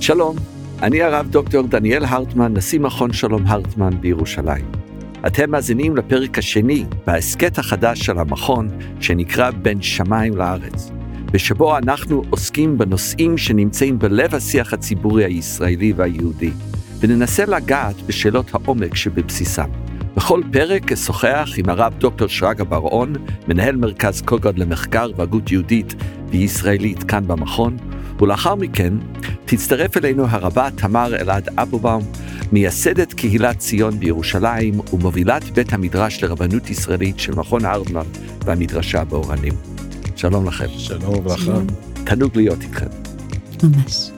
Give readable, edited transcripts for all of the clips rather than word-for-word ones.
שלום, אני הרב דוקטור דניאל הרטמן, נשיא מכון שלום הרטמן בירושלים. אתם מאזינים לפרק השני בהסקט החדש של המכון, שנקרא בין שמיים לארץ, בשבו אנחנו עוסקים בנושאים שנמצאים בלב השיח הציבורי הישראלי והיהודי, וננסה לגעת בשאלות העומק שבבסיסם. בכל פרק אשוחח עם הרב דוקטור שרגא בר-און, מנהל מרכז קוגוד למחקר והגות יהודית וישראלית כאן במכון, ולאחר מכן תצטרף אלינו הרבה תמר אלעד אבובאום, מייסדת קהילת ציון בירושלים ומובילת בית המדרש לרבנות ישראלית של מכון הרטמן והמדרשה באורנים. שלום לכם. שלום וברכה. תענוג להיות איתכם. ממש.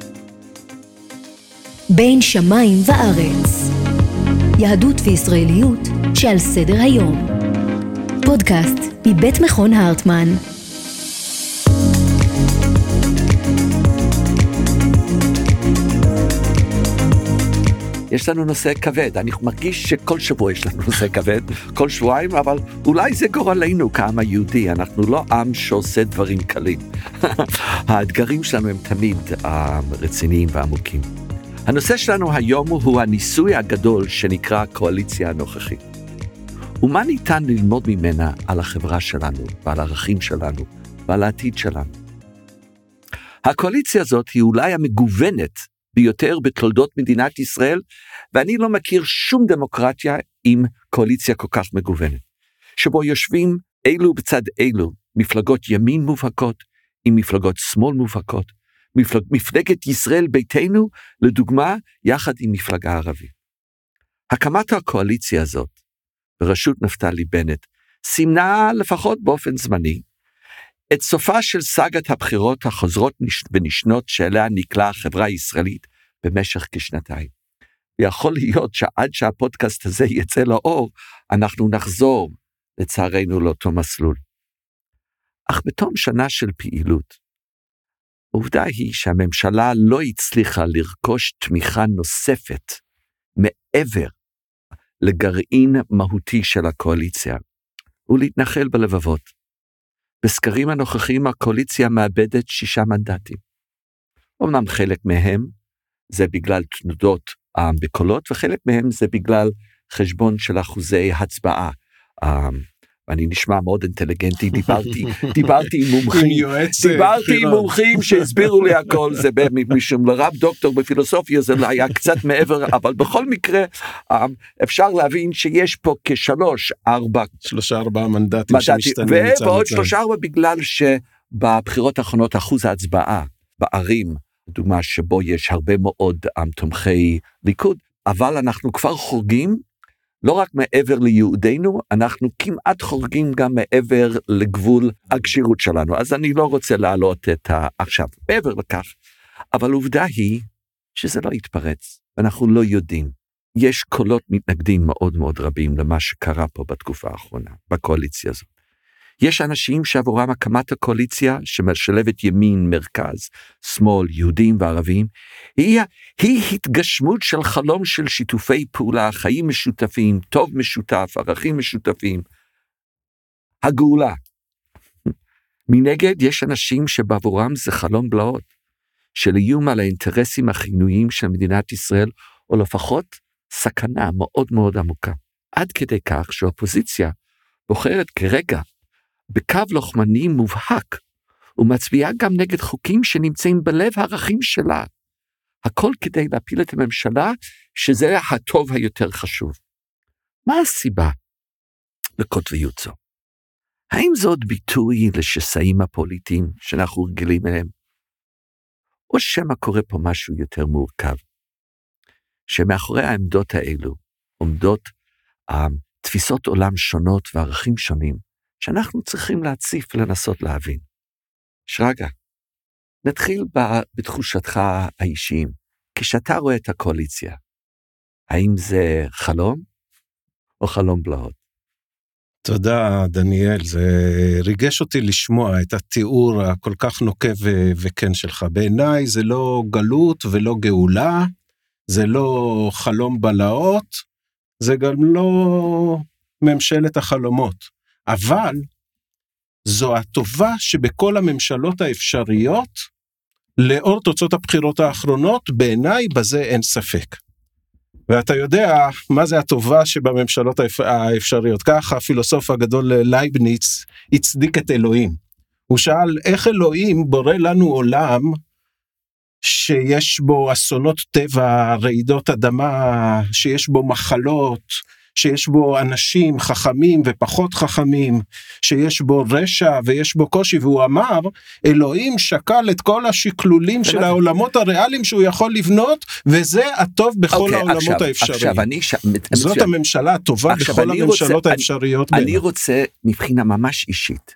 בין שמיים וארץ. יהדות וישראליות שעל סדר היום. פודקאסט מבית מכון הרטמן. יש לנו נושא כבד, אני מרגיש שכל שבוע יש לנו נושא כבד, כל שבועיים, אבל אולי זה גורלנו כעם היהודי, אנחנו לא עם שעושה דברים קלים. האתגרים שלנו הם תמיד רציניים ועמוקים. הנושא שלנו היום הוא הניסוי הגדול שנקרא הקואליציה הנוכחית. ומה ניתן ללמוד ממנה על החברה שלנו, ועל הערכים שלנו, ועל העתיד שלנו. הקואליציה הזאת היא אולי המגוונת ביותר בתולדות מדינת ישראל, ואני לא מכיר שום דמוקרטיה עם קואליציה כל כך מגוונת, שבו יושבים אילו בצד אילו, מפלגות ימין מובהקות, עם מפלגות שמאל מובהקות, מפלגת ישראל ביתנו, לדוגמה, יחד עם מפלגה ערבית. הקמת הקואליציה הזאת, בראשות נפתלי בנט, סימנה לפחות באופן זמני, את סופה של סאגת הבחירות החוזרות ונשנות שאליה נקלעה החברה הישראלית במשך כשנתיים. ויכול להיות שעד שהפודקאסט הזה יצא לאור, אנחנו נחזור לצערנו לאותו מסלול. אך בתום שנה של פעילות, העובדה היא שהממשלה לא הצליחה לרכוש תמיכה נוספת מעבר לגרעין מהותי של הקואליציה, ולהתנחל בלבבות. בסקרים הנוכחים הקואליציה מאבדת 6 מנדטים. אמנם חלק מהם זה בגלל תנודות בקולות, וחלק מהם זה בגלל חשבון של אחוזי הצבעה. ואני נשמע מאוד אינטליגנטי, דיברתי עם מומחים שהסבירו לי הכל, זה משום לרב דוקטור בפילוסופיה, זה היה קצת מעבר, אבל בכל מקרה אפשר להבין שיש פה כ3-4 מנדטים שמשתנים. ועוד 3-4 בגלל שבבחירות האחרונות אחוז ההצבעה בערים, דוגמה שבו יש הרבה מאוד תומכי ליכוד, אבל אנחנו כבר חורגים, לא רק מעבר ליהודינו, אנחנו כמעט חורגים גם מעבר לגבול הקשירות שלנו. אז אני לא רוצה להעלות את עכשיו מעבר לכך, אבל עובדה היא שזה לא יתפרץ, ואנחנו לא יודעים. יש קולות מתנגדים מאוד מאוד רבים למה שקרה פה בתקופה האחרונה, בקואליציה הזאת. יש אנשים שעבורם הקמת הקואליציה, שמשלבת ימין, מרכז, שמאל, יהודים וערבים, היא התגשמות של חלום של שיתופי פעולה, חיים משותפים, טוב משותף, ערכים משותפים, הגאולה. מנגד יש אנשים שבעבורם זה חלום בלעות, של איום על האינטרסים החינוכיים של מדינת ישראל, או לפחות סכנה מאוד מאוד עמוקה. עד כדי כך שהאופוזיציה בוחרת כרגע, בקו לוחמני מובהק, ומצביעה גם נגד חוקים שנמצאים בלב הערכים שלה. הכל כדי להפיל את הממשלה, שזה הטוב היותר חשוב. מה הסיבה לקוטביות זו? האם זאת ביטוי לשסעים הפוליטיים שאנחנו רגילים אליהם? או שמא קורה פה משהו יותר מורכב? שמאחורי העמדות האלו עומדות תפיסות עולם שונות וערכים שונים, שאנחנו צריכים להציף ולנסות להבין. שרגא, נתחיל בתחושתך האישיים. כשאתה רואה את הקואליציה, האם זה חלום או חלום בלהות? תודה, דניאל. זה ריגש אותי לשמוע את התיאור הכל כך נוקב וכן שלך. בעיניי זה לא גלות ולא גאולה, זה לא חלום בלהות, זה גם לא ממשלת החלומות. אבל זו הטובה שבכל הממשלות האפשריות לאור תוצאות הבחירות האחרונות, בעיניי בזה אין ספק. ואתה יודע מה זה הטובה שבממשלות האפשריות. ככה הפילוסוף הגדול לייבניץ הצדיק את אלוהים. הוא שאל איך אלוהים בורא לנו עולם שיש בו אסונות טבע, רעידות אדמה, שיש בו מחלות, שיש בו אנשים חכמים ופחות חכמים, שיש בו רשע ויש בו קושי, והוא אמר, אלוהים שקל את כל השקלולים של העולמות הריאליים שהוא יכול לבנות, וזה הטוב בכל העולמות האפשריים. זאת הממשלה הטובה בכל הממשלות האפשריות. אני רוצה מבחינה ממש אישית,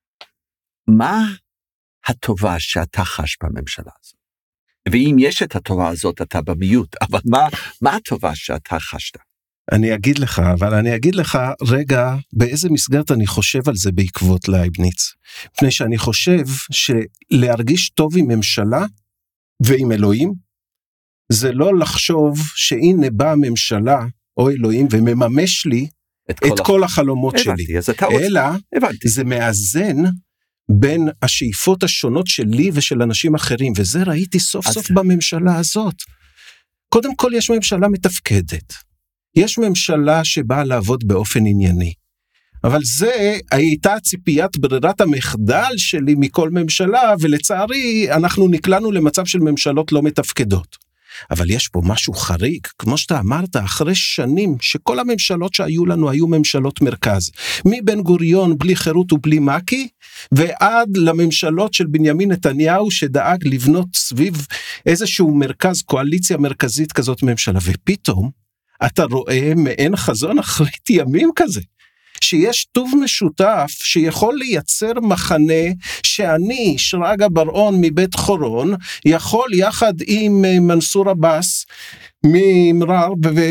מה הטובה שאתה חש בממשלה הזאת? ואם יש את הטובה הזאת, אתה במיעוט, אבל מה הטובה שאתה חשת? אני אגיד לך, אבל אני אגיד לך רגע באיזה מסגרת אני חושב על זה בעקבות לייבניץ. מפני שאני חושב שלהרגיש טוב עם ממשלה ועם אלוהים, זה לא לחשוב שהנה באה הממשלה או אלוהים ומממש לי את כל החלומות שלי. אלא זה מאזן בין השאיפות השונות שלי ושל אנשים אחרים, וזה ראיתי סוף סוף בממשלה הזאת. קודם כל יש ממשלה מתפקדת. יש ממשלה שבאה לעבוד באופן ענייני, אבל זה הייתה ציפיית ברירת המחדל שלי מכל ממשלה, ולצערי אנחנו נקלענו למצב של ממשלות לא מתפקדות. אבל יש פה משהו חריג, כמו שאתה אמרת, אחרי שנים שכל הממשלות שהיו לנו היו ממשלות מרכז, מבן גוריון בלי חירות ובלי מקי, ועד לממשלות של בנימין נתניהו שדאג לבנות סביב איזשהו מרכז, קואליציה מרכזית כזאת ממשלה, ופתאום אתה רואה מעין חזון אחרית ימים כזה, שיש טוב משותף שיכול לייצר מחנה שאני, שרגא בראון מבית חורון, יכול יחד עם מנסור עבאס ממרר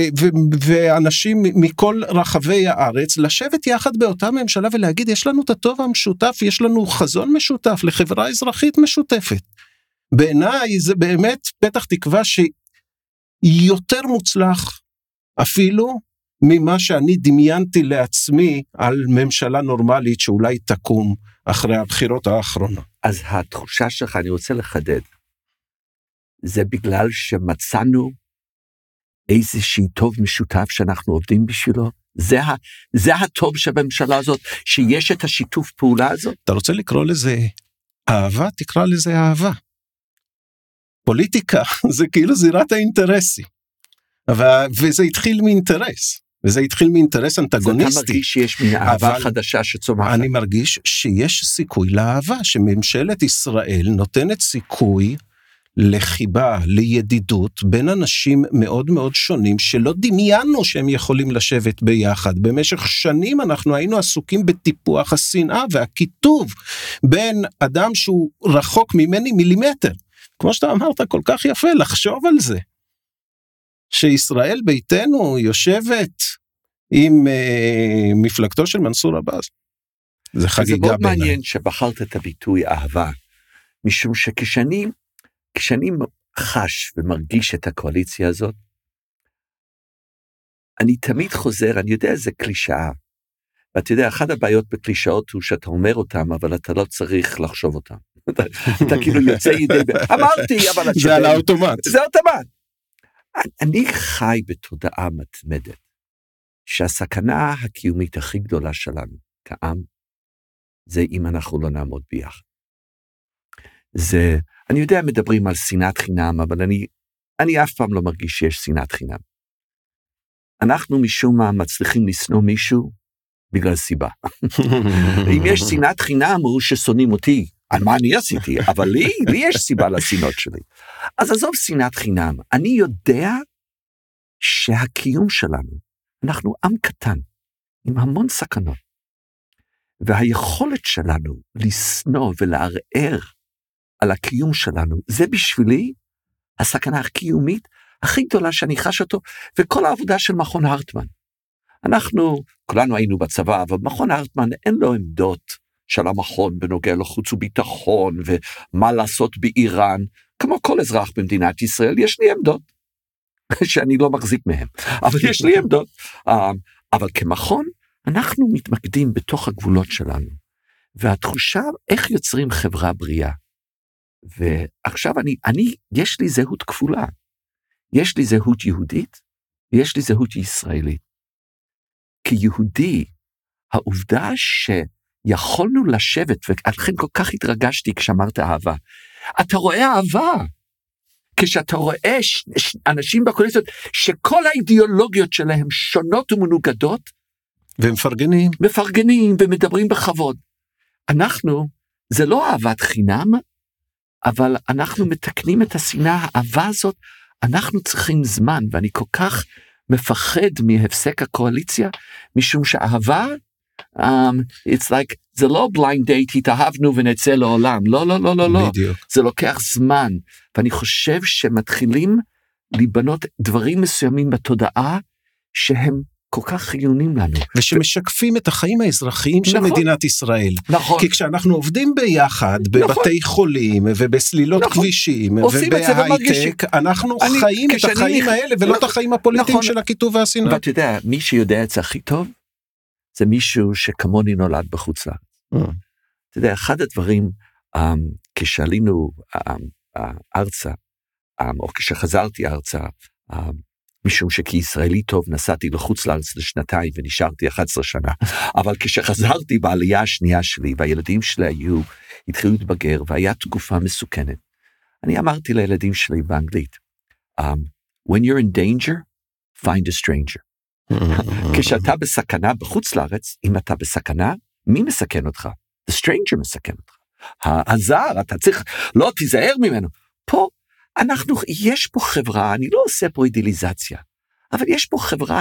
ואנשים מכל רחבי הארץ, לשבת יחד באותה ממשלה ולהגיד יש לנו את הטוב המשותף, יש לנו חזון משותף לחברה אזרחית משותפת. בעיניי זה באמת פתח תקווה שיותר מוצלח אפילו ממה שאני דמיינתי לעצמי על ממשלה נורמלית שאולי תקום אחרי הבחירות האחרונות. אז התחושה שלך, אני רוצה לחדד, זה בגלל שמצאנו איזושהי טוב משותף שאנחנו עובדים בשבילו? זה הטוב שבממשלה הזאת, שיש את השיתוף פעולה הזאת? אתה רוצה לקרוא לזה אהבה? תקרא לזה אהבה. פוליטיקה זה כאילו זירת האינטרסים. וזה התחיל מאינטרס, וזה התחיל מאינטרס אנטגוניסטי. אז אתה מרגיש שיש מין אהבה חדשה שצומחת? אני מרגיש שיש סיכוי לאהבה, שממשלת ישראל נותנת סיכוי לחיבה, לידידות, בין אנשים מאוד מאוד שונים, שלא דמיינו שהם יכולים לשבת ביחד. במשך שנים אנחנו היינו עסוקים בטיפוח השנאה והכיתוב, בין אדם שהוא רחוק ממני מילימטר. כמו שאתה אמרת כל כך יפה, לחשוב על זה. שישראל ביתנו יושבת עם מפלגתו של מנסור עבאס. זה חגיגה בעיניי. זה מאוד מעניין שבחרת את הביטוי אהבה, משום שכשאני חש ומרגיש את הקואליציה הזאת, אני תמיד חוזר, אני יודע איזה קלישאה, ואתה יודע, אחת הבעיות בקלישאות הוא שאתה אומר אותם, אבל אתה לא צריך לחשוב אותם. אתה כאילו יוצא ידי, אמרתי, אבל זה על האוטומט. זה אוטומט. אני חי בתודעה מתמדת, שהסכנה הקיומית הכי גדולה שלנו, כעם, זה אם אנחנו לא נעמוד ביחד. אני יודע, מדברים על שנאת חינם, אבל אני אף פעם לא מרגיש שיש שנאת חינם. אנחנו משום מה מצליחים לשנוא מישהו, בגלל סיבה. אם יש שנאת חינם, הוא ששונאים אותי, על מה אני עשיתי, אבל לי יש סיבה לשנאות שלי. אז עזוב שנאת חינם, אני יודע שהקיום שלנו, אנחנו עם קטן, עם המון סכנות, והיכולת שלנו לשנוא ולערער על הקיום שלנו, זה בשבילי הסכנה הקיומית הכי גדולה שאני חש אותו, וכל העבודה של מכון הרטמן. כולנו היינו בצבא, אבל מכון הרטמן אין לו עמדות של המכון בנוגע לחוץ וביטחון, ומה לעשות באיראן. כמו כל אזרח במדינת ישראל, יש לי עמדות, שאני לא מחזיק מהם, אבל יש לי עמדות. אבל כמכון, אנחנו מתמקדים בתוך הגבולות שלנו, והתחושה איך יוצרים חברה בריאה, ועכשיו יש לי זהות כפולה. יש לי זהות יהודית, ויש לי זהות ישראלית. כיהודי, העובדה שיכולנו לשבת, ולכן כל כך התרגשתי כשאמרת אהבה. אתה רואה אהבה, כשאתה רואה אנשים בקואליציות, שכל האידיאולוגיות שלהם שונות ומנוגדות, מפרגנים ומדברים בכבוד. אנחנו, זה לא אהבת חינם, אבל אנחנו מתקנים את השנאה, האהבה הזאת, אנחנו צריכים זמן, ואני כל כך מפחד מהפסק הקואליציה, משום שאהבה, it's like, זה לא blind date, התאהבנו ונצא לעולם, לא, לא, לא, לא, לא, זה לוקח זמן, ואני חושב שמתחילים להיבנות דברים מסוימים בתודעה, שהם כל כך חיוניים לנו. ושמשקפים את החיים האזרחיים של מדינת ישראל. נכון. כי כשאנחנו עובדים ביחד, בבתי חולים, ובסלילות כבישים, ובהייטק, אנחנו חיים את החיים האלה, ולא את החיים הפוליטיים של הכיתוב והשנאה. ואתה יודע, מי שיודע את זה הכי טוב, זה מישהו שכמוני נולד בחוץ לארץ. אתה יודע, אחד הדברים, כשעלינו ארצה, או כשחזרתי ארצה, משום שכישראלי טוב נסעתי לחוץ לארץ לשנתיים ונשארתי 11 שנה, אבל כשחזרתי בעלייה השנייה שלי, והילדים שלי התחילו להתבגר, והיה תקופה מסוכנת, אני אמרתי לילדים שלי באנגלית, when you're in danger, find a stranger. כשאתה בסכנה בחוץ לארץ, אם אתה בסכנה, מי מסכן אותך? The stranger מסכן אותך. הזר, אתה צריך, לא תיזהר ממנו. פה, יש פה חברה, אני לא עושה פה אידיאליזציה, אבל יש פה חברה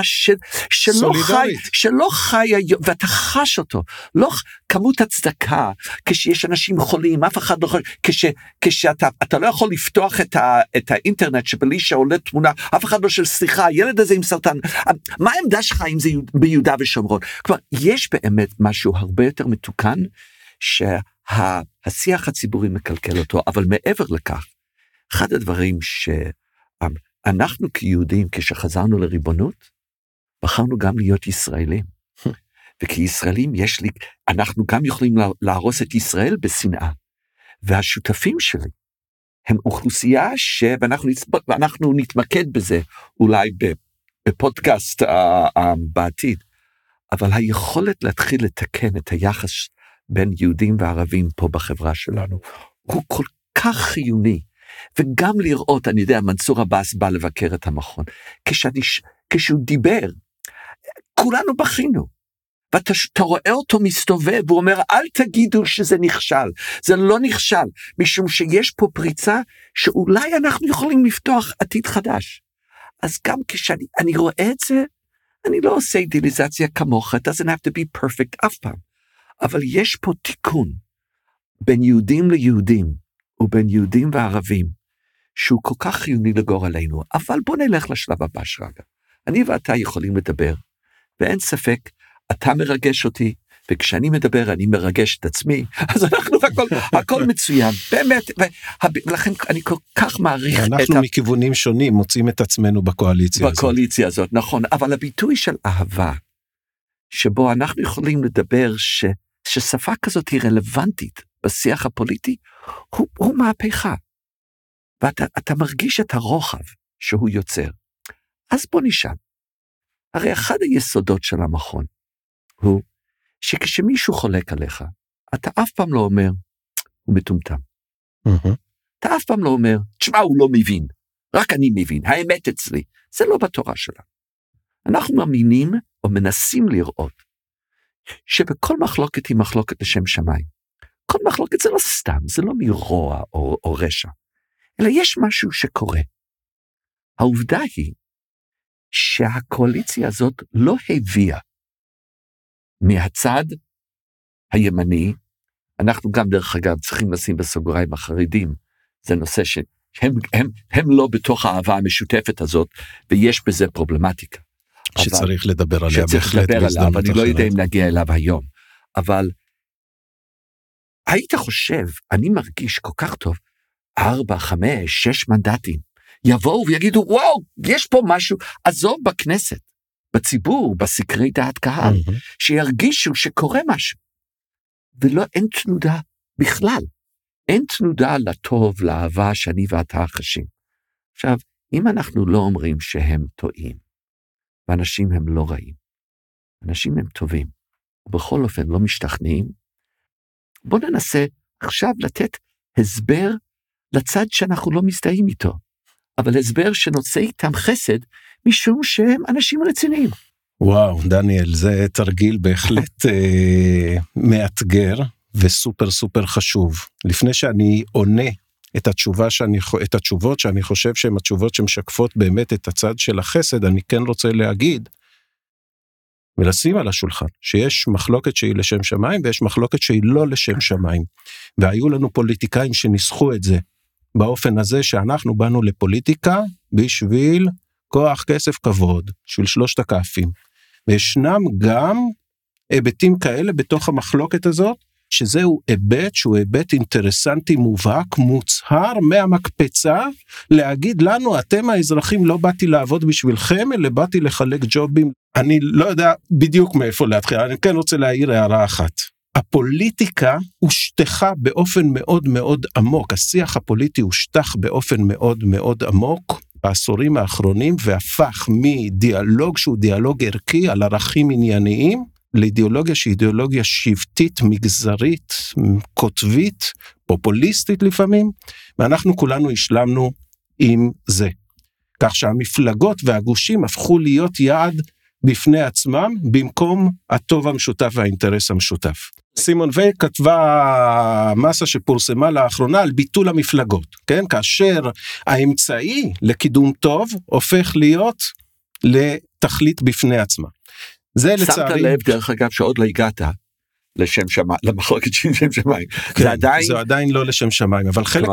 שלא חי, ואתה חש אותו, לא כמות הצדקה, כשיש אנשים חולים, אף אחד לא יכול, כשאתה לא יכול לפתוח את האינטרנט, שבלי שעולה תמונה, אף אחד לא של סליחה, הילד הזה עם סרטן, מה העמדה שלך אם זה ביהודה ושומרון? כלומר, יש באמת משהו הרבה יותר מתוקן, שהשיח הציבורי מקלקל אותו, אבל מעבר לכך, אחד הדברים שאנחנו כיהודים, כשחזרנו לריבונות, בחרנו גם להיות ישראלים. וכישראלים אנחנו גם יכולים להרוס את ישראל בשנאה. והשותפים שלי, הם אוכלוסייה ואנחנו נתמקד בזה, אולי בפודקאסט בעתיד, אבל היכולת להתחיל לתקן את היחס בין יהודים וערבים פה בחברה שלנו, הוא כל כך חיוני, וגם לראות, אני יודע, מנסור עבאס בא לבקר את המכון, כשהוא דיבר, כולנו בכינו, ואתה רואה אותו מסתובב, והוא אומר, אל תגידו שזה נכשל, זה לא נכשל, משום שיש פה פריצה, שאולי אנחנו יכולים לפתוח עתיד חדש. אז גם כשאני רואה את זה, אני לא עושה אידיאליזציה כמוך, it doesn't have to be perfect אף פעם, אבל יש פה תיקון, בין יהודים ליהודים, ובין יהודים וערבים, שהוא כל כך חיוני לגור עלינו, אבל בוא נלך לשלב הבא שרגע. אני ואתה יכולים לדבר, ואין ספק, אתה מרגש אותי, וכשאני מדבר אני מרגש את עצמי, אז אנחנו הכל מצוין, באמת, ולכן אני כל כך מעריך אנחנו מכיוונים שונים מוצאים את עצמנו בקואליציה הזאת, נכון, אבל הביטוי של אהבה, שבו אנחנו יכולים לדבר ששפה כזאת היא רלוונטית בשיח הפוליטי, הוא מהפכה. ואתה מרגיש את הרוחב שהוא יוצר. אז בוא נשאל. הרי אחד היסודות של המכון, הוא שכשמישהו חולק עליך, אתה אף פעם לא אומר, הוא מטומטם. אתה אף פעם לא אומר, תשמע, הוא לא מבין. רק אני מבין, האמת אצלי. זה לא בתורה שלה. אנחנו מאמינים, או מנסים לראות, שבכל מחלוקת היא מחלוקת לשם שמיים. כל מחלוקת זה לא סתם, זה לא מרוע או רשע, אלא יש משהו שקורה. העובדה היא שהקואליציה הזאת לא הביאה מהצד הימני, אנחנו גם דרך אגב צריכים לשים בסוגריים החרדים, זה נושא שהם לא בתוך האהבה המשותפת הזאת, ויש בזה פרובלמטיקה. שצריך לדבר עליה. שצריך לדבר עליה, אבל אני לא יודע אם נגיע אליו היום. אבל היית חושב, אני מרגיש כל כך טוב, 4, 5, 6 מנדטים, יבואו ויגידו, וואו, יש פה משהו, עזוב בכנסת, בציבור, בסקרי דעת קהל, שירגישו שקורה משהו, ולא אין תנודה בכלל, אין תנודה לטוב, לאהבה שאני ואתה חשים. עכשיו, אם אנחנו לא אומרים שהם טועים, ואנשים הם לא רעים, אנשים הם טובים, ובכל אופן לא משתכנעים, בוא ננסה עכשיו לתת הסבר לצד שאנחנו לא מזדהים איתו, אבל הסבר שנוצא איתם חסד, משום שהם אנשים רציניים. וואו, דניאל, זה תרגיל בהחלט מאתגר וסופר סופר חשוב. לפני שאני עונה את התשובות שאני חושב שהן התשובות שמשקפות באמת את הצד של החסד, אני כן רוצה להגיד ולשים על השולחן שיש מחלוקת שהיא לשם שמיים ויש מחלוקת שהיא לא לשם שמיים. והיו לנו פוליטיקאים שניסחו את זה באופן הזה שאנחנו באנו לפוליטיקה בשביל כוח, כסף, כבוד, בשביל 3 הכ"פים. וישנם גם היבטים כאלה בתוך המחלוקת הזאת, שזהו היבט שהוא היבט אינטרסנטי מובהק, מוצהר מהמקפצה, להגיד לנו, אתם האזרחים לא באתי לעבוד בשבילכם, אלא באתי לחלק ג'ובים. אני לא יודע בדיוק מאיפה להתחיל, אני כן רוצה להעיר הערה אחת. הפוליטיקה הושטחה באופן מאוד מאוד עמוק, השיח הפוליטי הושטח באופן מאוד מאוד עמוק, בעשורים האחרונים, והפך מדיאלוג שהוא דיאלוג ערכי על ערכים ענייניים, לאידיאולוגיה שהיא אידיאולוגיה שבטית, מגזרית, כותבית, פופוליסטית לפעמים, ואנחנו כולנו השלמנו עם זה. כך שהמפלגות והגושים הפכו להיות יעד בפני עצמם, במקום הטוב המשותף והאינטרס המשותף. סימון וייל כתבה מסה שפורסמה לאחרונה על ביטול המפלגות, כן? כאשר האמצעי לקידום טוב הופך להיות לתכלית בפני עצמה. זה לצערי... שמת לב דרך אגב שעוד לא הגעת לשם שמיים, למחלוקת של שם שמיים. כן, זה עדיין לא לשם שמיים, אבל חלק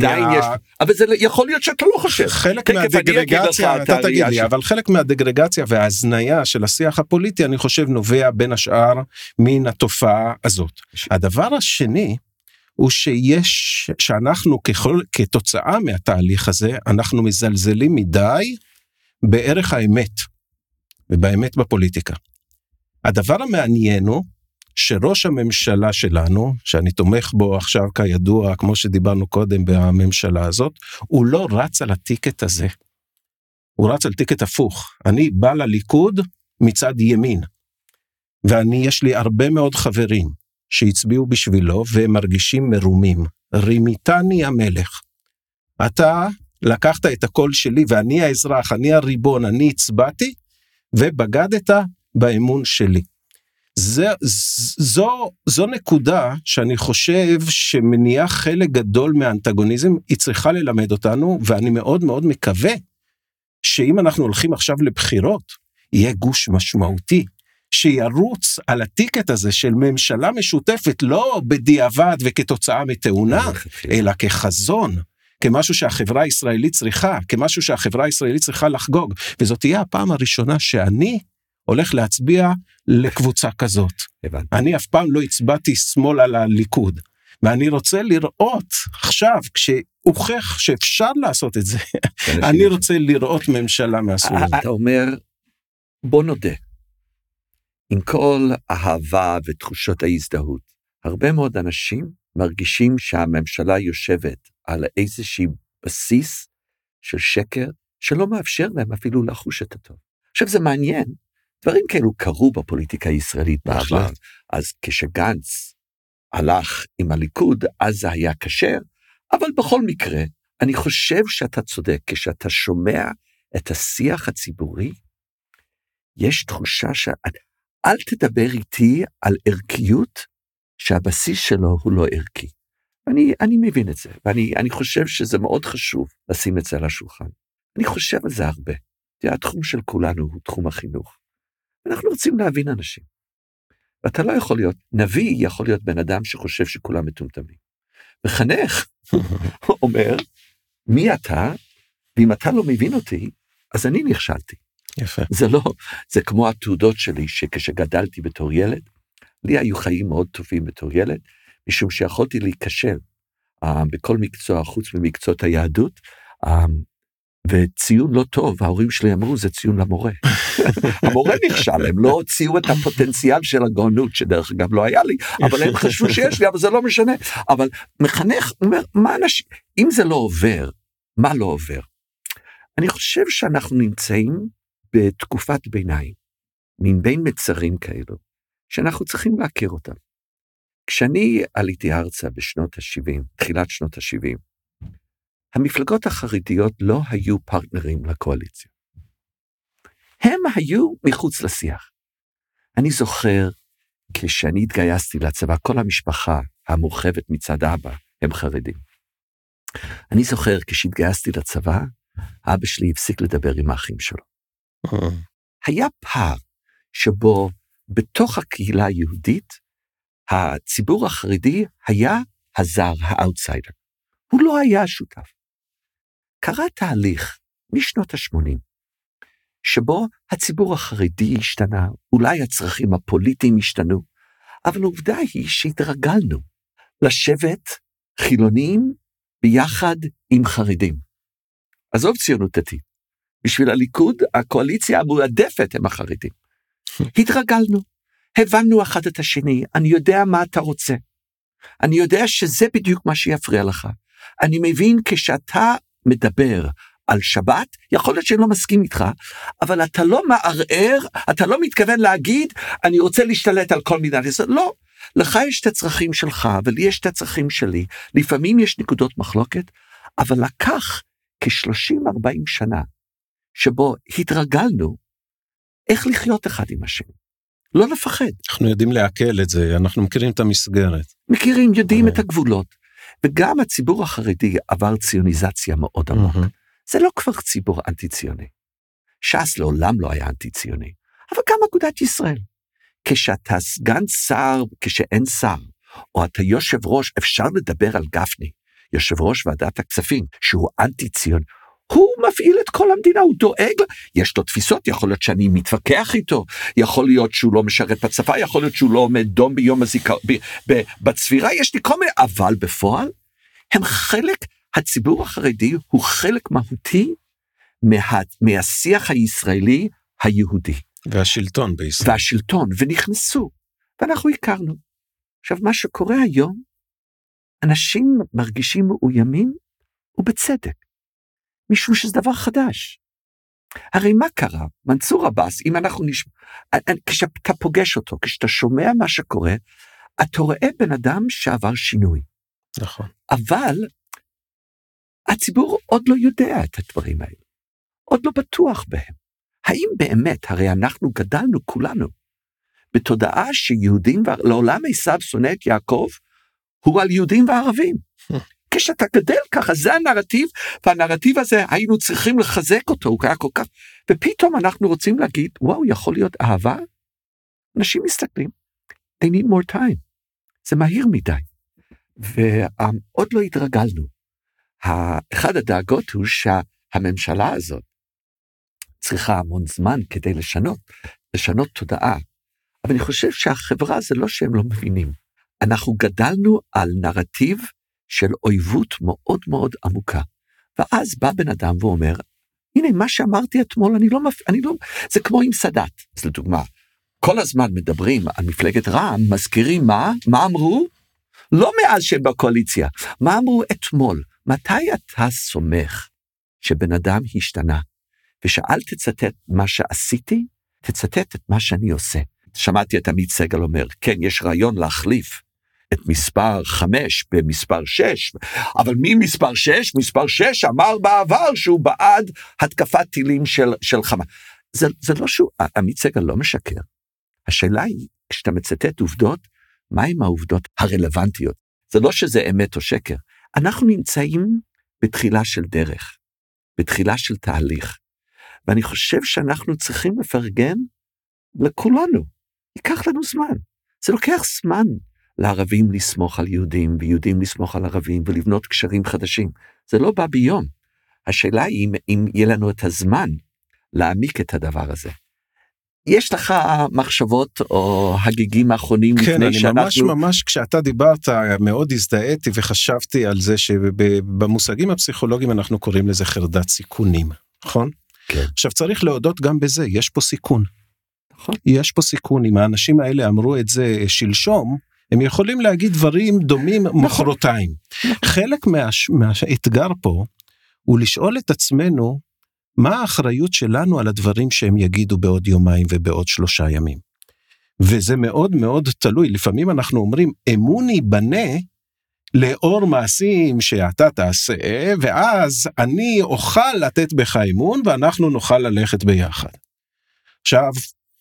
אבל זה יכול להיות שאתה לא חושב. חלק מהדגרגציה, אתה תגיד לי, אבל חלק מהדגרגציה וההזניה של השיח הפוליטי, אני חושב נובע בין השאר מן התופעה הזאת. הדבר השני, הוא שאנחנו כתוצאה מהתהליך הזה, אנחנו מזלזלים מדי בערך האמת, ובאמת בפוליטיקה. הדבר המעניין הוא, שראש הממשלה שלנו, שאני תומך בו עכשיו כידוע, כמו שדיברנו קודם בממשלה הזאת, הוא לא רץ על הטיקט הזה, הוא רץ על טיקט הפוך. אני בא לליכוד מצד ימין, יש לי הרבה מאוד חברים שהצביעו בשבילו, והם מרגישים מרומים. רימיתני המלך. אתה לקחת את הקול שלי, ואני האזרח, אני הריבון, אני הצבעתי, ובגדת באמון שלי. זו נקודה שאני חושב שמניעה חלק גדול מהאנטגוניזם, היא צריכה ללמד אותנו, ואני מאוד מאוד מקווה, שאם אנחנו הולכים עכשיו לבחירות, יהיה גוש משמעותי, שירוץ על הטיקט הזה של ממשלה משותפת, לא בדיעבד וכתוצאה מתאונה, אלא כחזון, כמשהו שהחברה הישראלית צריכה, כמשהו שהחברה הישראלית צריכה לחגוג, וזאת תהיה הפעם הראשונה שאני הולך להצביע לקבוצה כזאת. אני אף פעם לא הצבעתי שמאל על הליכוד, ואני רוצה לראות עכשיו, כשהוכח שאפשר לעשות את זה, אני רוצה לראות ממשלה מהסוג הזה. אתה אומר, בוא נודה, עם כל האהבה ותחושות ההזדהות, הרבה מאוד אנשים מרגישים שהממשלה יושבת על איזושהי בסיס של שקר, שלא מאפשר להם אפילו לחוש את הטוב. עכשיו זה מעניין, דברים כאלו קרו בפוליטיקה הישראלית בעבר, אז כשגנץ הלך עם הליכוד, אז זה היה קשה, אבל בכל מקרה, אני חושב שאתה צודק, כשאתה שומע את השיח הציבורי, יש תחושה אל תדבר איתי על ערכיות, שהבסיס שלו הוא לא ערכי. אני מבין את זה, ואני חושב שזה מאוד חשוב לשים את זה על השולחן. אני חושב על זה הרבה. התחום של כולנו הוא תחום החינוך. אנחנו רוצים להבין אנשים. ואתה לא יכול להיות, נביא יכול להיות בן אדם שחושב שכולם מטומטמים. מחנך אומר, מי אתה? ואם אתה לא מבין אותי, אז אני נכשלתי. יפה. זה כמו התעודות שלי, שכשגדלתי בתור ילד, לי היו חיים מאוד טובים בתור ילד, משום שיכולתי להיכשל בכל מקצוע, חוץ ממקצועות היהדות, וציון לא טוב, ההורים שלי אמרו, זה ציון למורה. המורה נכשל, הם לא הוציאו את הפוטנציאל של הגאונות, שדרך אגב לא היה לי, אבל הם חשבו שיש לי, אבל זה לא משנה. אבל מחנך אומר, אם זה לא עובר, מה לא עובר? אני חושב שאנחנו נמצאים בתקופת ביניים, מן בין מצרים כאלו, שאנחנו צריכים להכיר אותם. כשאני עליתי ארצה בשנות ה-70, תחילת שנות ה-70, המפלגות החרדיות לא היו פרטנרים לקואליציה. הם היו מחוץ לשיח. אני זוכר, כשאני התגייסתי לצבא, כל המשפחה המורחבת מצד אבא, הם חרדים. אני זוכר, כשהתגייסתי לצבא, אבא שלי הפסיק לדבר עם האחים שלו. היה פער שבו בתוך הקהילה היהודית, הציבור החרדי היה הזר, האוטסיידר. הוא לא היה שותף. קרה תהליך משנות ה-80, שבו הציבור החרדי השתנה, אולי הצרכים הפוליטיים השתנו, אבל העובדה היא שהתרגלנו לשבת חילונים ביחד עם חרדים. עזוב ציונות דתית. בשביל הליכוד, הקואליציה המועדפת הם החרדים. התרגלנו, הבנו אחד את השני, אני יודע מה אתה רוצה. אני יודע שזה בדיוק מה שיפריע לך. אני מבין כשאתה מדבר על שבת, יכול להיות שאני לא מסכים איתך, אבל אתה לא מערער, אתה לא מתכוון להגיד, אני רוצה להשתלט על כל מדינת ישראל. לא, לך יש את הצרכים שלך, ולי יש את הצרכים שלי. לפעמים יש נקודות מחלוקת, אבל לקח כ-30-40 שנה, שבו התרגלנו איך לחיות אחד עם השני. לא לפחד. אנחנו יודעים להקל את זה, אנחנו מכירים את המסגרת. מכירים, יודעים את הגבולות. וגם הציבור החרדי עבר ציוניזציה מאוד עמוק. זה לא כבר ציבור אנטי-ציוני. ש"ס לעולם לא היה אנטי-ציוני. אבל גם אגודת ישראל. כשאתה סגן שר, כשאין שר, או אתה יושב ראש, אפשר לדבר על גפני, יושב ראש ועדת הכספים, שהוא אנטי-ציון, הוא מפעיל את כל המדינה, הוא דואג, יש לו תפיסות, יכול להיות שאני מתווכח איתו, יכול להיות שהוא לא משרת בצבא, יכול להיות שהוא לא עומד דום ביום הזיכרון, בצפירה יש לי כל מיני, אבל בפועל, הם חלק, הציבור החרדי הוא חלק מהותי, מהשיח הישראלי היהודי. והשלטון בישראל. והשלטון, ונכנסו, ואנחנו הכרנו. עכשיו, מה שקורה היום, אנשים מרגישים מאוימים, ובצדק. משום שזה דבר חדש. הרי מה קרה? מנסור עבאס, אם אנחנו נשמע, כשאתה פוגש אותו, כשאתה שומע מה שקורה, אתה רואה בן אדם שעבר שינוי. נכון. אבל, הציבור עוד לא יודע את הדברים האלה. עוד לא בטוח בהם. האם באמת, הרי אנחנו גדלנו כולנו, בתודעה שיהודים, לעולם עשיו שונא את יעקב, הוא על יהודים וערבים. כשאתה גדל ככה, זה הנרטיב, והנרטיב הזה היינו צריכים לחזק אותו, הוא היה כל כך, ופתאום אנחנו רוצים להגיד, וואו, יכול להיות אהבה? אנשים מסתכלים, they need more time, זה מהיר מדי, ועוד לא התרגלנו. אחד הדאגות הוא שהממשלה הזאת, צריכה המון זמן כדי לשנות תודעה, אבל אני חושב שהחברה זה לא שהם לא מבינים, אנחנו גדלנו על נרטיב, של אויבות מאוד מאוד עמוקה. ואז בא בן אדם ואומר, הנה מה שאמרתי אתמול, אני לא, זה כמו עם סאדאת. אז לדוגמה, כל הזמן מדברים על מפלגת רע"מ, מזכירים מה אמרו? לא מאז שהם בקואליציה. מה אמרו אתמול? מתי אתה סומך שבן אדם השתנה? ושאל תצטט מה שעשיתי, תצטט את מה שאני עושה. שמעתי את עמית סגל אומר, כן, יש רעיון להחליף, את מספר 5 במספר 6, אבל מי מספר 6? מספר 6 אמר בעבר שהוא בעד התקפת טילים של חמה. זה לא שהוא, עמית סגל לא משקר. השאלה היא, כשאתה מצטט עובדות, מהם העובדות הרלוונטיות? זה לא שזה אמת או שקר. אנחנו נמצאים בתחילה של דרך, בתחילה של תהליך, ואני חושב שאנחנו צריכים לפרגן לכולנו. ייקח לנו זמן. זה לוקח זמן. לערבים לסמוך על יהודים, ויהודים לסמוך על ערבים, ולבנות קשרים חדשים. זה לא בא ביום. השאלה היא אם יהיה לנו את הזמן להעמיק את הדבר הזה. יש לך מחשבות או הגיגים האחרונים כן, לפני אני שאנחנו... ממש כשאתה דיברת מאוד הזדהיתי וחשבתי על זה שבמושגים הפסיכולוגיים אנחנו קוראים לזה חרדת סיכונים, נכון? כן. עכשיו צריך להודות גם בזה, יש פה סיכון. נכון. יש פה סיכון, אם האנשים האלה אמרו את זה שלשום, הם יכולים להגיד דברים דומים מחרתיים. חלק מהאתגר פה הוא לשאול את עצמנו, מה האחריות שלנו על הדברים שהם יגידו בעוד יומיים ובעוד 3 ימים. וזה מאוד מאוד תלוי, לפעמים אנחנו אומרים, אמון ייבנה לאור מעשים שאתה תעשה, ואז אני אוכל לתת בך אמון, ואנחנו נוכל ללכת ביחד. עכשיו,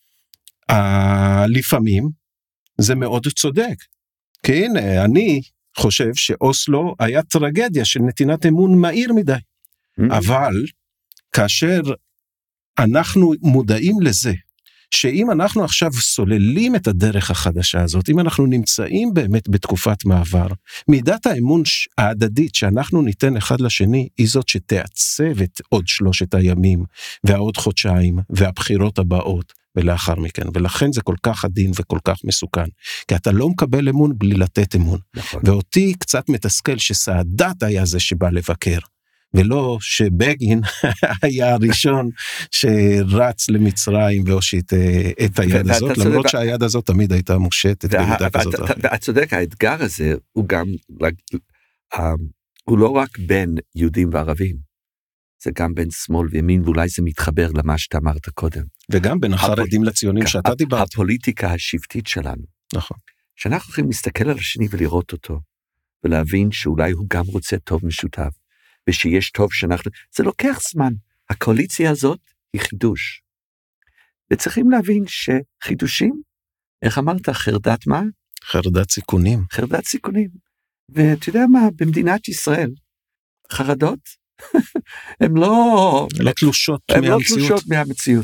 לפעמים זה מאוד צודק, כי הנה, אני חושב שאוסלו היה טרגדיה של נתינת אמון מהיר מדי, אבל כאשר אנחנו מודעים לזה, שאם אנחנו עכשיו סוללים את הדרך החדשה הזאת, אם אנחנו נמצאים באמת בתקופת מעבר, מידת האמון ההדדית שאנחנו ניתן אחד לשני, היא זאת שתעצב את עוד 3 הימים, והעוד חודשיים, והבחירות הבאות, ולאחר מכן, ולכן זה כל כך עדין וכל כך מסוכן, כי אתה לא מקבל אמון בלי לתת אמון, נכון. ואותי קצת מתסכל שסעדת היה זה שבא לבקר, ולא שבגין היה הראשון שרץ למצרים והושיט את היד הזאת, למרות שהיד הזאת תמיד הייתה מושטת במידה כזאת. ואת צודק, האתגר הזה הוא גם, הוא לא רק בין יהודים וערבים, זה גם בין שמאל וימין, ואולי זה מתחבר למה שאתה אמרת קודם. וגם בין החרדים לציונים שאתה דיברת. הפוליטיקה השבטית שלנו. נכון. שאנחנו יכולים להסתכל על השני ולראות אותו, ולהבין שאולי הוא גם רוצה טוב משותף. ושיש טוב שאנחנו, זה לוקח זמן, הקואליציה הזאת היא חידוש, וצריכים להבין שחידושים, איך אמרת, חרדת מה? חרדת סיכונים. חרדת סיכונים, ואתה יודע מה, במדינת ישראל, חרדות, הן לא תלושות מהמציאות.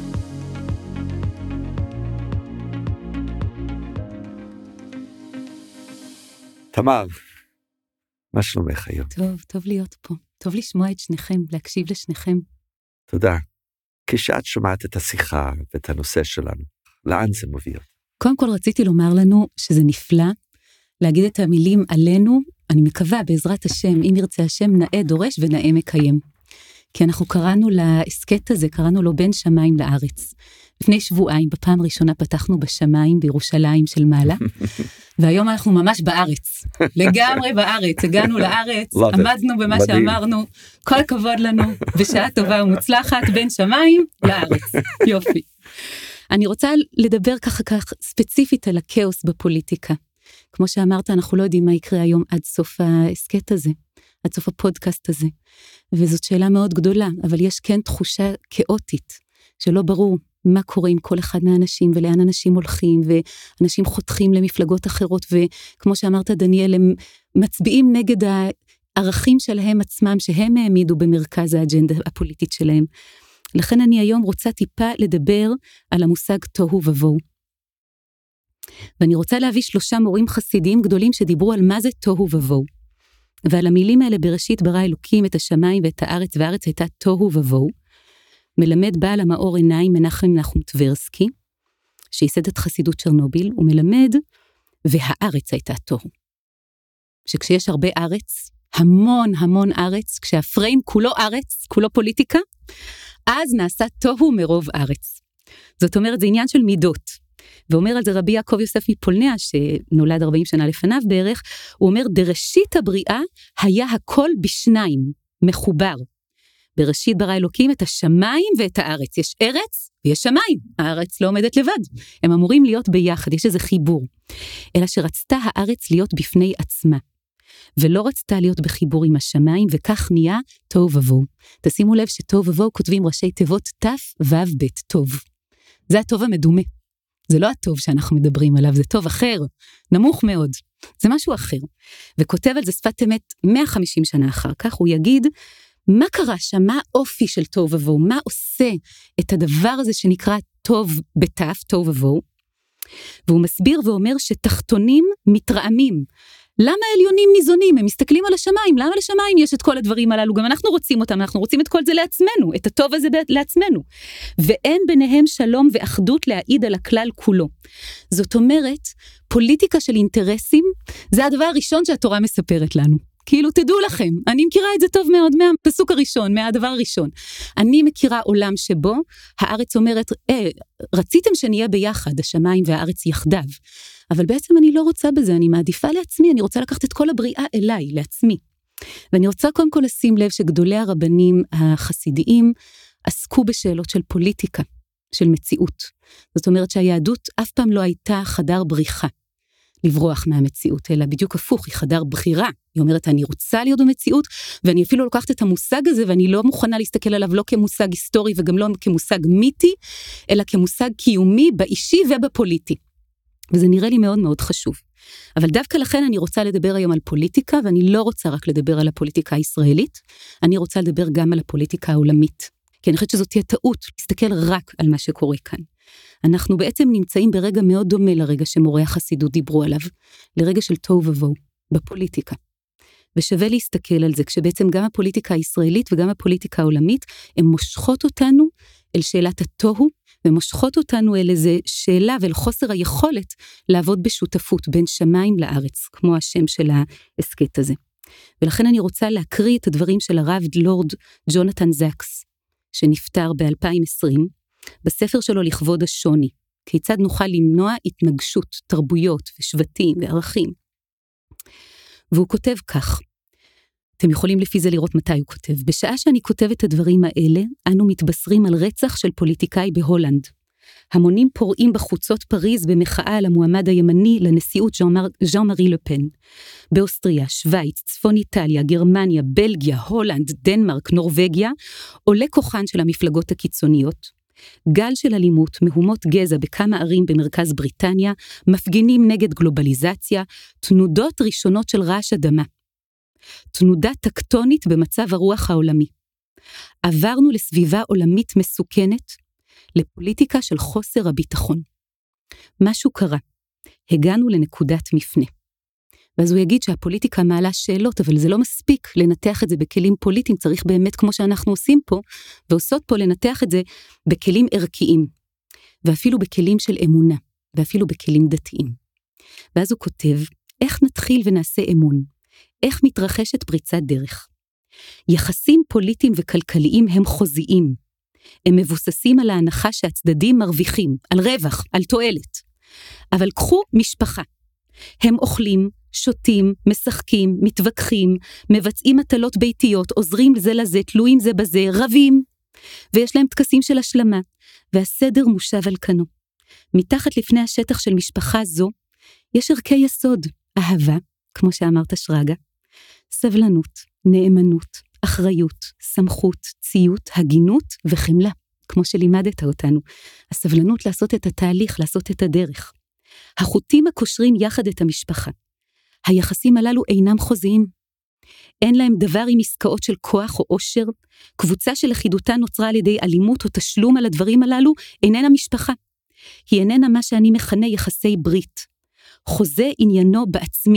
תמר, מה שלומך היום? טוב להיות פה. טוב לשמוע את שניכם, להקשיב לשניכם. תודה. כשאת שומעת את השיחה ואת הנושא שלנו, לאן זה מוביל? קודם כל רציתי לומר לנו שזה נפלא, להגיד את המילים עלינו, אני מקווה בעזרת השם, אם ירצה השם, נאה דורש ונאה מקיים. כי אנחנו קראנו לעסקת הזה, קראנו לו בין שמיים לארץ. לפני שבועיים, בפעם הראשונה פתחנו בשמיים בירושלים של מעלה, והיום אנחנו ממש בארץ, לגמרי בארץ, הגענו לארץ, עמדנו במה שאמרנו, כל הכבוד לנו, בשעה טובה ומוצלחת, בין שמיים לארץ, יופי. אני רוצה לדבר ככה ספציפית על הכאוס בפוליטיקה. כמו שאמרת, אנחנו לא יודעים מה יקרה היום עד סוף העסקת הזה, עד סוף הפודקאסט הזה, וזאת שאלה מאוד גדולה, אבל יש כן תחושה כאוטית, שלא ברור מה קורה עם כל אחד מהאנשים, ולאן אנשים הולכים, ואנשים חותכים למפלגות אחרות, וכמו שאמרת דניאל, הם מצביעים נגד הערכים שלהם עצמם, שהם העמידו במרכז האג'נדה הפוליטית שלהם. לכן אני היום רוצה טיפה לדבר על המושג תוהו ובוהו. ואני רוצה להביא 3 מורים חסידיים גדולים שדיברו על מה זה תוהו ובוהו. ועל המילים האלה בראשית ברא אלוקים את השמיים ואת הארץ, והארץ הייתה תוהו ובוהו. מלמד בעל המאור עיניים מנחם טברסקי, שייסד את חסידות צ'רנוביל, הוא מלמד, והארץ הייתה תוהו. שכשיש הרבה ארץ, המון ארץ, כשהפריים כולו ארץ, כולו פוליטיקה, אז נעשה תוהו מרוב ארץ. זאת אומרת, זה עניין של מידות. ואומר על זה רבי יעקב יוסף מפולניה, שנולד 40 שנה לפניו בערך, הוא אומר, דראשית הבריאה היה הכל בשניים, מחובר. בראשית ברא אלוקים את השמיים ואת הארץ. יש ארץ ויש שמיים. הארץ לא עומדת לבד. הם אמורים להיות ביחד, יש איזה חיבור. אלא שרצתה הארץ להיות בפני עצמה. ולא רצתה להיות בחיבור עם השמיים, וכך נהיה תוהו ובוהו. תשימו לב שתוהו ובוהו כותבים ראשי תיבות תף וו בית טוב. זה הטוב המדומה. זה לא הטוב שאנחנו מדברים עליו, זה טוב אחר, נמוך מאוד. זה משהו אחר. וכותב על זה שפת אמת 150 שנה אחר כך, הוא יגיד, מה קרה שם? מה האופי של תוהו ובוהו? מה עושה את הדבר הזה שנקרא טוב בתף, תוהו ובוהו? והוא מסביר ואומר שתחתונים מתרעמים, למה העליונים ניזונים? הם מסתכלים על השמיים, למה לשמיים יש את כל הדברים הללו? גם אנחנו רוצים אותם, אנחנו רוצים את כל זה לעצמנו, את הטוב הזה לעצמנו. ואין ביניהם שלום ואחדות להעיד על הכלל כולו. זאת אומרת, פוליטיקה של אינטרסים, זה הדבר הראשון שהתורה מספרת לנו. כאילו תדעו לכם, אני מכירה את זה טוב מאוד מהפסוק הראשון, מהדבר הראשון. אני מכירה עולם שבו הארץ אומרת, רציתם שנהיה ביחד, השמיים והארץ יחדיו. אבל בעצם אני לא רוצה בזה, אני מעדיפה לעצמי, אני רוצה לקחת את כל הבריאה אליי, לעצמי. ואני רוצה קודם כל לשים לב שגדולי הרבנים החסידיים עסקו בשאלות של פוליטיקה, של מציאות. זאת אומרת שהיהדות אף פעם לא הייתה חדר בריחה, לברוח מהמציאות, אלא בדיוק הפוך, היא חדר בחירה. היא אומרת, אני רוצה להיות במציאות, ואני אפילו לוקחת את המושג הזה, ואני לא מוכנה להסתכל עליו לא כמושג היסטורי, וגם לא כמושג מיתי, אלא כמושג קיומי, באישי ובפוליטי. וזה נראה לי מאוד מאוד חשוב. אבל דווקא לכן אני רוצה לדבר היום על פוליטיקה, ואני לא רוצה רק לדבר על הפוליטיקה הישראלית, אני רוצה לדבר גם על הפוליטיקה העולמית. כי אני חושבת שזאת תהיה טעות, להסתכל רק על מה שקורה כאן. אנחנו בעצם נמצאים ברגע מאוד דומה לרגע שמורי החסידות דיברו עליו, לרגע של תוהו ובוהו, בפוליטיקה. ושווה להסתכל על זה, כשבעצם גם הפוליטיקה הישראלית וגם הפוליטיקה העולמית, הן מושכות אותנו אל שאלת התוהו, ומושכות אותנו אל איזה שאלה ואל חוסר היכולת לעבוד בשותפות בין שמיים לארץ, כמו השם של העסקת הזה. ולכן אני רוצה להקריא את הדברים של הרב לורד ג'ונתן זקס, שנפטר ב-2020, בספר שלו לכבוד השוני, כיצד נוכל למנוע התנגשות, תרבויות ושבטים וערכים. והוא כותב כך, אתם יכולים לפי זה לראות מתי הוא כותב, בשעה שאני כותב את הדברים האלה, אנו מתבשרים על רצח של פוליטיקאי בהולנד. המונים פורעים בחוצות פריז במחאה על המועמד הימני לנשיאות ז'אן מארי לפן. באוסטריה, שוויץ, צפון איטליה, גרמניה, בלגיה, הולנד, דנמרק, נורווגיה, עולה כוחן של המפלגות הקיצוניות. גל של אלימות, מהומות גזע בכמה ערים במרכז בריטניה, מפגינים נגד גלובליזציה, תנודות ראשונות של רעש אדמה. תנודה טקטונית במצב הרוח העולמי. עברנו לסביבה עולמית מסוכנת, לפוליטיקה של חוסר הביטחון. משהו קרה. הגענו לנקודת מפנה. ואז הוא יגיד שהפוליטיקה מעלה שאלות, אבל זה לא מספיק לנתח את זה בכלים פוליטיים, צריך באמת כמו שאנחנו עושים פה, ועושות פה לנתח את זה בכלים ערכיים, ואפילו בכלים של אמונה, ואפילו בכלים דתיים. ואז הוא כותב, איך נתחיל ונעשה אמון? איך מתרחשת פריצת דרך? יחסים פוליטיים וכלכליים הם חוזיים. הם מבוססים על ההנחה שהצדדים מרוויחים, על רווח, על תועלת. אבל קחו משפחה. הם אוכלים, שותים, משחקים, מתווכחים, מבצעים מטלות ביתיות, עוזרים זה לזה, תלויים זה בזה, רבים. ויש להם טקסים של השלמה, והסדר מושב על כנו. מתחת לפני השטח של משפחה זו, יש ערכי יסוד, אהבה, כמו שאמרת שרגא, סבלנות, נאמנות, אחריות, סמכות, ציות, הגינות וחמלה, כמו שלימדת אותנו. הסבלנות לעשות את התהליך, לעשות את הדרך. החוטים הקושרים יחד את המשפחה. היחסים הללו אינם חוזיים. אין להם דבר עם עסקאות של כוח או עושר. קבוצה של לכידותה נוצרה על ידי אלימות או תשלום על הדברים הללו איננה משפחה. היא איננה מה שאני מכנה יחסי ברית. חוזה עניינו בעצמי.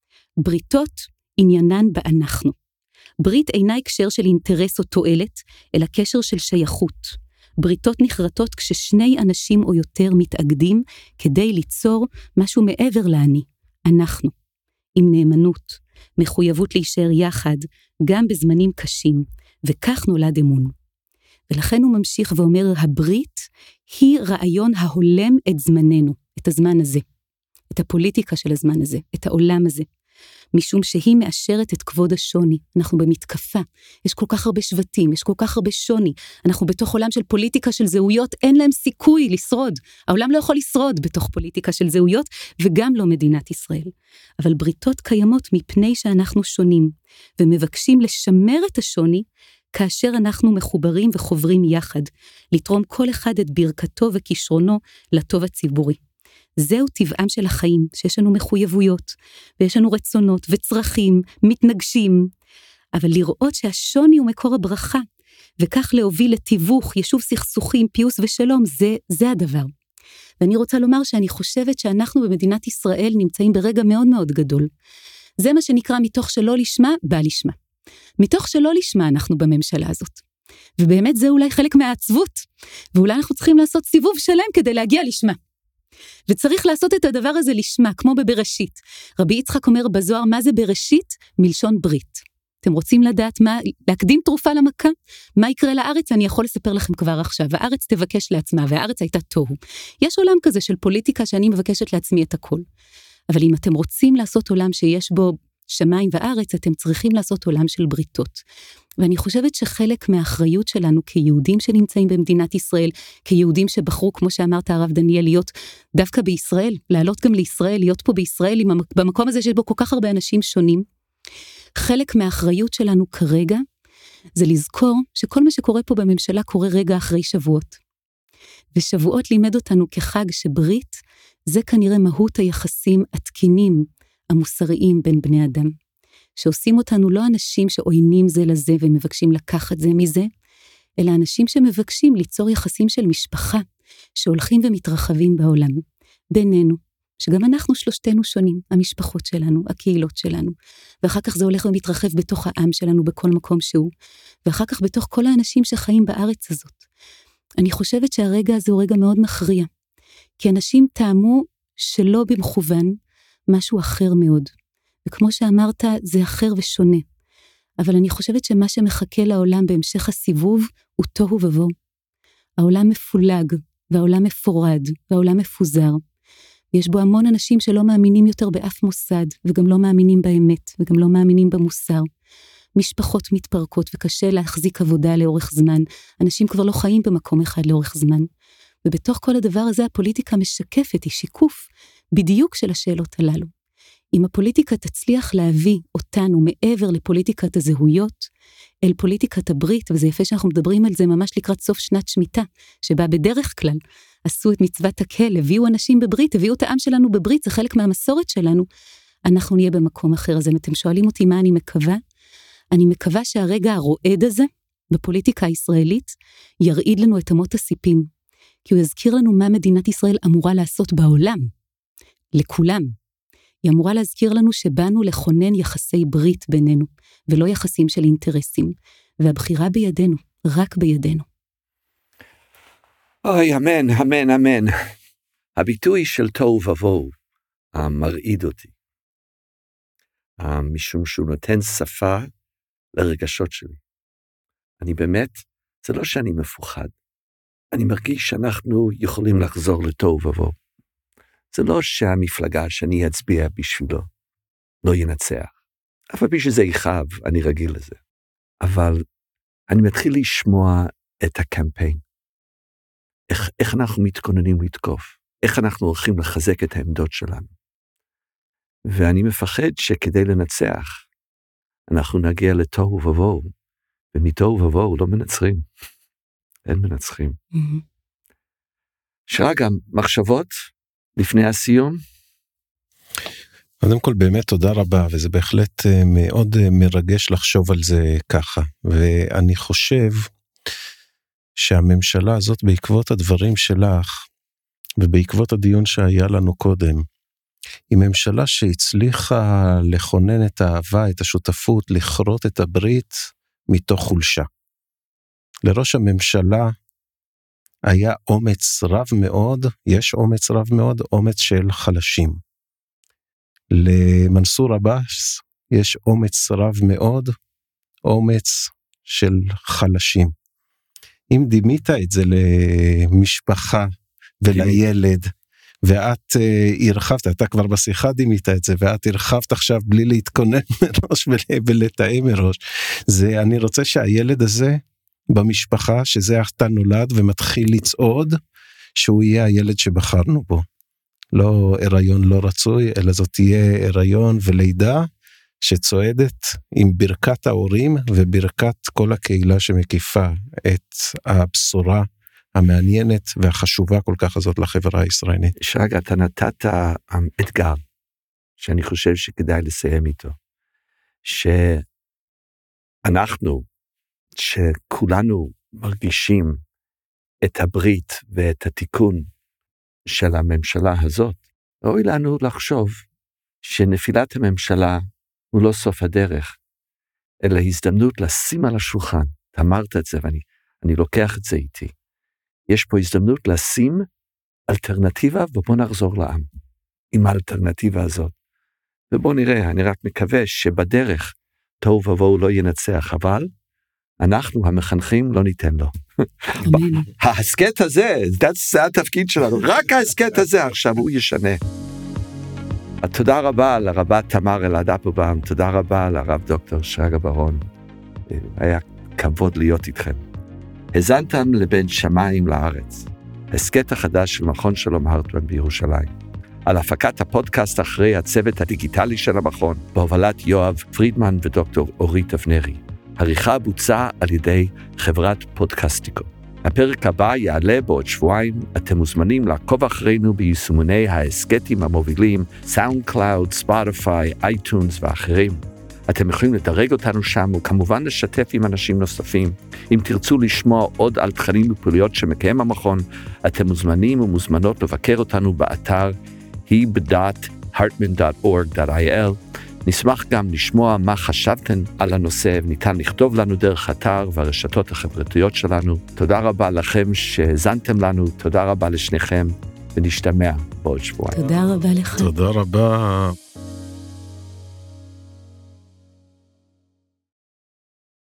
בריתות עניינן באנחנו. ברית אינה הקשר של אינטרס או תועלת, אלא קשר של שייכות. בריתות נחרטות כששני אנשים או יותר מתאגדים כדי ליצור משהו מעבר לאני, אנחנו, עם נאמנות, מחויבות להישאר יחד, גם בזמנים קשים, וכך נולד אמון. ולכן הוא ממשיך ואומר, הברית היא רעיון ההולם את זמננו, את הזמן הזה, את הפוליטיקה של הזמן הזה, את העולם הזה. משום שהיא מאשרת את כבוד השוני. אנחנו במתקפה, יש כל כך הרבה שבטים, יש כל כך הרבה שוני, אנחנו בתוך עולם של פוליטיקה של זהויות, אין להם סיכוי לשרוד, העולם לא יכול לשרוד בתוך פוליטיקה של זהויות, וגם לא מדינת ישראל. אבל בריתות קיימות מפני שאנחנו שונים, ומבקשים לשמר את השוני, כאשר אנחנו מחוברים וחוברים יחד, לתרום כל אחד את ברכתו וכישרונו לטוב הציבורי. זהו טבעם של החיים, שיש לנו מחויבויות, ויש לנו רצונות וצרכים, מתנגשים, אבל לראות שהשוני הוא מקור הברכה, וכך להוביל לתיווך, יישוב סכסוכים, פיוס ושלום, זה הדבר. ואני רוצה לומר שאני חושבת שאנחנו במדינת ישראל נמצאים ברגע מאוד מאוד גדול, זה מה שנקרא מתוך שלא לשמה, בא לשמה. מתוך שלא לשמה אנחנו בממשלה הזאת. ובאמת זה אולי חלק מהעצבות, ואולי אנחנו צריכים לעשות סיבוב שלם כדי להגיע לשמה. וצריך לעשות את הדבר הזה לשמה, כמו בבראשית. רבי יצחק אומר בזוהר, מה זה בראשית? מלשון ברית. אתם רוצים לדעת מה, להקדים תרופה למכה? מה יקרה לארץ? אני יכול לספר לכם כבר עכשיו. הארץ תבקש לעצמה, והארץ הייתה תוהו. יש עולם כזה של פוליטיקה שאני מבקשת לעצמי את הכל. אבל אם אתם רוצים לעשות עולם שיש בו שמיים וארץ, אתם צריכים לעשות עולם של בריתות. ואני חושבת שחלק מהאחריות שלנו כיהודים שנמצאים במדינת ישראל, כיהודים שבחרו, כמו שאמרת הרב דניאל, להיות דווקא בישראל, לעלות גם לישראל, להיות פה בישראל, במקום הזה שיש בו כל כך הרבה אנשים שונים, חלק מהאחריות שלנו כרגע, זה לזכור שכל מה שקורה פה בממשלה קורה רגע אחרי שבועות. ושבועות לימד אותנו כחג שברית, זה כנראה מהות היחסים התקינים, המוסריים בין בני אדם. שעושים אותנו לא אנשים שעוינים זה לזה ומבקשים לקחת זה מזה, אלא אנשים שמבקשים ליצור יחסים של משפחה, שהולכים ומתרחבים בעולם, בינינו, שגם אנחנו שלושתנו שונים, המשפחות שלנו, הקהילות שלנו, ואחר כך זה הולך ומתרחב בתוך העם שלנו בכל מקום שהוא, ואחר כך בתוך כל האנשים שחיים בארץ הזאת. אני חושבת שהרגע הזה הוא רגע מאוד מכריע, כי אנשים טעמו שלא במכוון משהו אחר מאוד, וכמו שאמרת, זה אחר ושונה, אבל אני חושבת שמה שמחכה לעולם בהמשך הסיבוב הוא תוהו ובוהו. העולם מפולג, והעולם מפורד, והעולם מפוזר, יש בו המון אנשים שלא מאמינים יותר באף מוסד, וגם לא מאמינים באמת, וגם לא מאמינים במוסר. משפחות מתפרקות, וקשה להחזיק עבודה לאורך זמן. אנשים כבר לא חיים במקום אחד לאורך זמן. ובתוך כל הדבר הזה, הפוליטיקה משקפת, היא שיקוף, בדיוק של השאלות הללו. אם הפוליטיקה תצליח להביא אותנו מעבר לפוליטיקת הזהויות, אל פוליטיקת הברית, וזה יפה שאנחנו מדברים על זה ממש לקראת סוף שנת שמיטה, שבה בדרך כלל עשו את מצוות הקהל, הביאו אנשים בברית, הביאו את העם שלנו בברית, זה חלק מהמסורת שלנו, אנחנו נהיה במקום אחר. אז אם אתם שואלים אותי מה אני מקווה, אני מקווה שהרגע הרועד הזה, בפוליטיקה הישראלית, ירעיד לנו את אמות הסיפים, כי הוא יזכיר לנו מה מדינת ישראל אמורה לעשות בעולם, לכולם. היא אמורה להזכיר לנו שבאנו לכונן יחסי ברית בינינו, ולא יחסים של אינטרסים, והבחירה בידינו, רק בידינו. אוי, אמן, אמן, אמן. הביטוי של תוהו ובוהו מרעיד אותי, משום שהוא נותן שפה לרגשות שלי. אני באמת, זה לא שאני מפוחד, אני מרגיש שאנחנו יכולים לחזור לתוהו ובוהו. זה לא שהמפלגה שאני אצביע בשבילו לא ינצח, אבל בשביל זה יכאב, אני רגיל לזה. אבל אני מתחיל לשמוע את הקמפיין, איך אנחנו מתכוננים לתקוף, איך אנחנו הולכים לחזק את העמדות שלנו. ואני מפחד שכדי לנצח, אנחנו נגיע לתוהו ובוהו, ומתוהו ובוהו לא מנצחים, אין מנצחים. שרגע, מחשבות לפני הסיום? קודם כל באמת תודה רבה, וזה בהחלט מאוד מרגש לחשוב על זה ככה, ואני חושב שהממשלה הזאת בעקבות הדברים שלך, ובעקבות הדיון שהיה לנו קודם, היא ממשלה שהצליחה לכונן את האהבה, את השותפות, לכרות את הברית מתוך חולשה. לראש הממשלה היה אומץ רב מאוד, יש אומץ רב מאוד, אומץ של חלשים. למנסור עבאס יש אומץ רב מאוד, אומץ של חלשים. אם דימית את זה למשפחה ולילד, ואת הרחבת, אתה כבר בשיחה דימית את זה, ואת הרחבת עכשיו בלי להתכונן מראש ולתאם מראש, זה אני רוצה שהילד הזה במשפחה, שזה אתה נולד ומתחיל לצעוד, שהוא יהיה הילד שבחרנו בו. לא הריון לא רצוי, אלא זאת תהיה הריון ולידה, שצועדת עם ברכת ההורים, וברכת כל הקהילה שמקיפה את הבשורה המעניינת והחשובה כל כך הזאת לחברה הישראלית. שרגע, אתה נתת אתגר, שאני חושב שכדאי לסיים איתו, שאנחנו, שכולנו מרגישים את הברית ואת התיקון של הממשלה הזאת, ראוי לנו לחשוב שנפילת הממשלה הוא לא סוף הדרך, אלא הזדמנות לשים על השולחן. אתה אמרת את זה ואני לוקח את זה איתי. יש פה הזדמנות לשים אלטרנטיבה, ובוא נחזור לעם עם האלטרנטיבה הזאת. ובוא נראה, אני רק מקווה שבדרך טוב ובואו לא ינצח, אבל אנחנו המחנכים לא ניתן לו. ההסקט הזה, זה התפקיד שלנו, רק ההסקט הזה עכשיו הוא ישנה. תודה רבה לרבת תמר אלעד אפלבאום, תודה רבה לרב דוקטור שרגא ברון, היה כבוד להיות איתכם. הזנתם לבין שמיים לארץ, הסקט החדש של מכון שלום הרטמן בירושלים. על הפקת הפודקאסט אחרי הצוות הדיגיטלי של המכון, בהובלת יואב פרידמן ודוקטור אורית אבנרי. עריכה בוצעה על ידי חברת פודקאסטיקו. הפרק הבא יעלה בעוד שבועיים, אתם מוזמנים לעקוב אחרינו ביישומוני ההסקטים המובילים, סאונד קלאוד, ספוטיפיי, אייטונס ואחרים. אתם יכולים לדרג אותנו שם וכמובן לשתף עם אנשים נוספים. אם תרצו לשמוע עוד על תכנים ופעילויות שמקיים המכון, אתם מוזמנים ומוזמנות לבקר אותנו באתר heb.hartman.org.il. נשמח גם לשמוע מה חשבתם על הנושא, ניתן לכתוב לנו דרך אתר והרשתות החברתיות שלנו. תודה רבה לכם שהזנתם לנו, תודה רבה לשניכם, ונשתמע בעוד שבועיים. תודה רבה לך. תודה רבה.